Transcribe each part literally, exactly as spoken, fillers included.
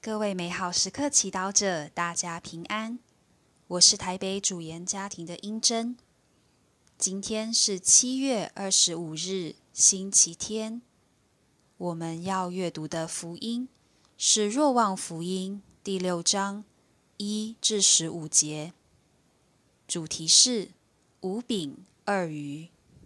各位美好时刻祈祷者，大家平安。我是台北主研家庭的英珍。今天是七月二十五日，星期天。我们要阅读的福音是《若望福音》第六章一至十五节，主题是五饼二鱼。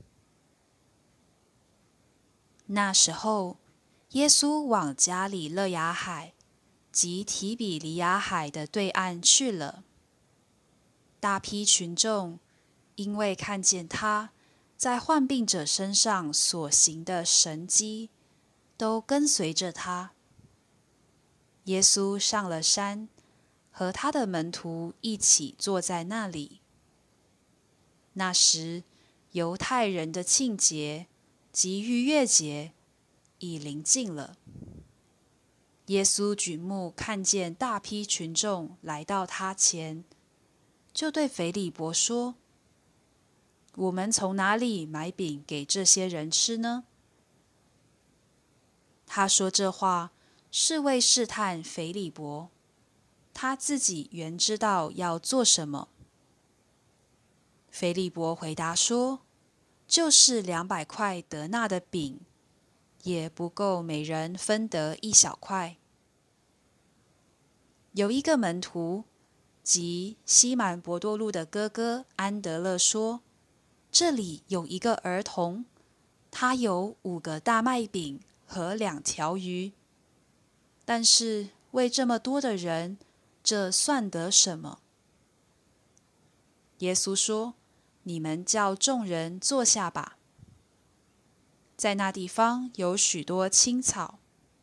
那时候，耶稣往加里肋亚海及提比里亚海的对岸去了。大批群众因为看见他在患病者身上所行的神迹，都跟随着他。耶稣上了山，和他的门徒一起坐在那里。那时，犹太人的庆节及逾越节已临近了。耶稣举目看见大批群众来到他前，就对腓利伯说：“我们从哪里买饼给这些人吃呢？”他说这话是为试探腓利伯，他自己原知道要做什么。腓利伯回答说：“就是两百块德纳的饼，也不够每人分得一小块。”有一个门徒，即西满伯多禄的哥哥安德勒说：“这里有一个儿童，他有五个大麦饼和两条鱼，但是为这么多的人，这算得什么？”耶稣说：“你们叫众人坐下吧。”在那地方有许多青草，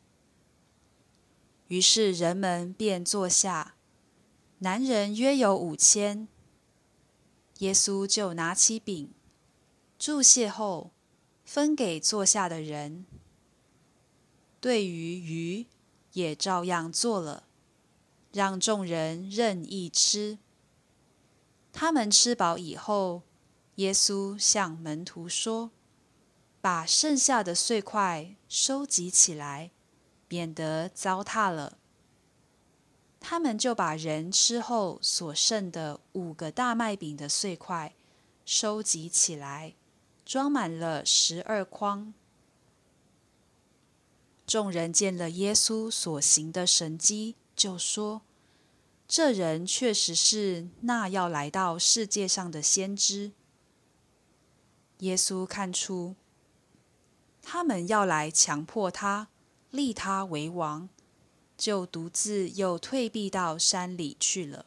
于是人们便坐下，男人约有五千。耶稣就拿起饼，祝谢后，分给坐下的人。对于鱼，也照样做了，让众人任意吃。他们吃饱以后，耶稣向门徒说：“把剩下的碎块收集起来，免得糟蹋了。”他们就把人吃后所剩的五个大麦饼的碎块收集起来，装满了十二筐。众人见了耶稣所行的神迹，就说：“这人确实是那要来到世界上的先知。”耶稣看出他们要来强迫他，立他为王，就独自又退避到山里去了。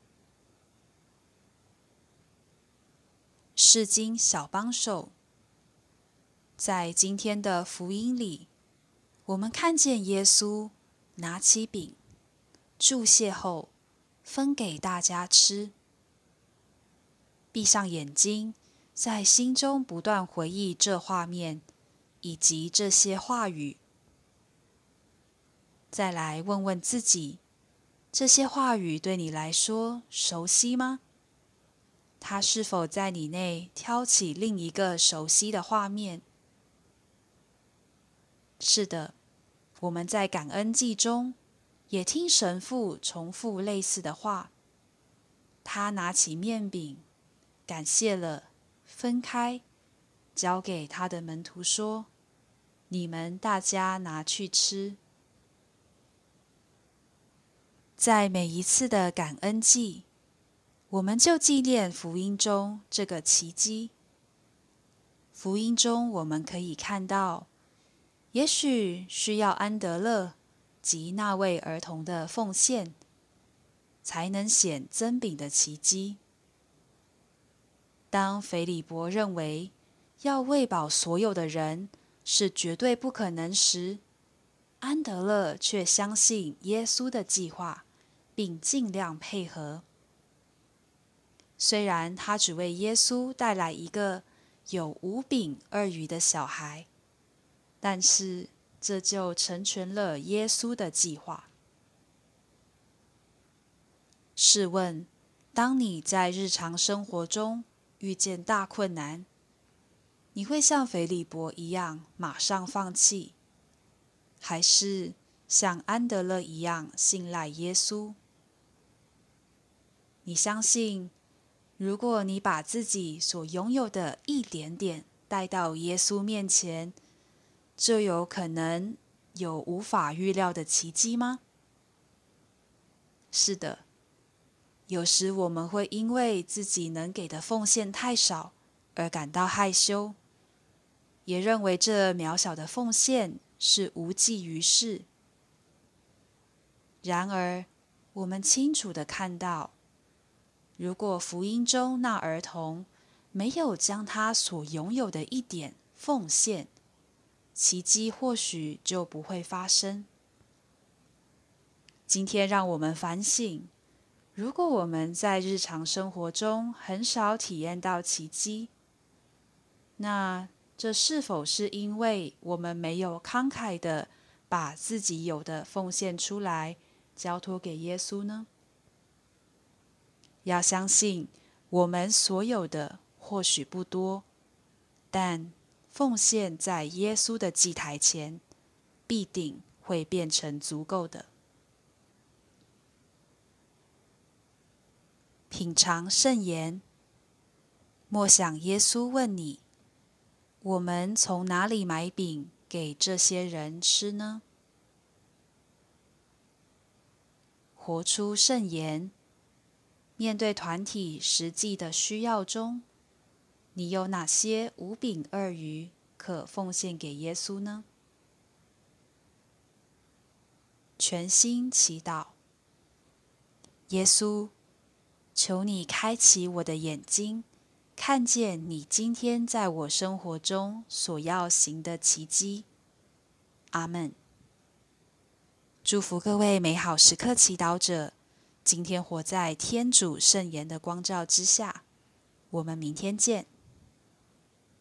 释经小帮手，在今天的福音里，我们看见耶稣拿起饼，祝谢后分给大家吃。闭上眼睛，在心中不断回忆这画面以及这些话语。再来问问自己，这些话语对你来说熟悉吗？它是否在你内挑起另一个熟悉的画面？是的，我们在感恩祭中也听神父重复类似的话。他拿起面饼，感谢了，分开，交给他的门徒说：“你们大家拿去吃。”在每一次的感恩祭，我们就纪念福音中这个奇迹。福音中我们可以看到，也许需要安德勒及那位儿童的奉献，才能显增饼的奇迹。当腓利伯认为要喂饱所有的人是绝对不可能时，安德勒却相信耶稣的计划，并尽量配合。虽然他只为耶稣带来一个有五饼二鱼的小孩，但是这就成全了耶稣的计划。试问，当你在日常生活中遇见大困难，你会像腓利伯一样马上放弃，还是像安德勒一样信赖耶稣。你相信，如果你把自己所拥有的一点点带到耶稣面前，就有可能有无法预料的奇迹吗？是的，有时我们会因为自己能给的奉献太少而感到害羞，也认为这渺小的奉献是无济于事。然而，我们清楚地看到，如果福音中那儿童没有将他所拥有的一点奉献，奇迹或许就不会发生。今天让我们反省，如果我们在日常生活中很少体验到奇迹，那这是否是因为我们没有慷慨地把自己有的奉献出来，交托给耶稣呢？要相信，我们所有的或许不多，但奉献在耶稣的祭台前，必定会变成足够的。品尝圣言，默想耶稣问你：我们从哪里买饼给这些人吃呢？活出圣言，面对团体实际的需要中，你有哪些五饼二鱼可奉献给耶稣呢？全心祈祷，耶稣，求你开启我的眼睛，看见你今天在我生活中所要行的奇迹。阿们。祝福各位美好时刻祈祷者，今天活在天主圣言的光照之下。我们明天见。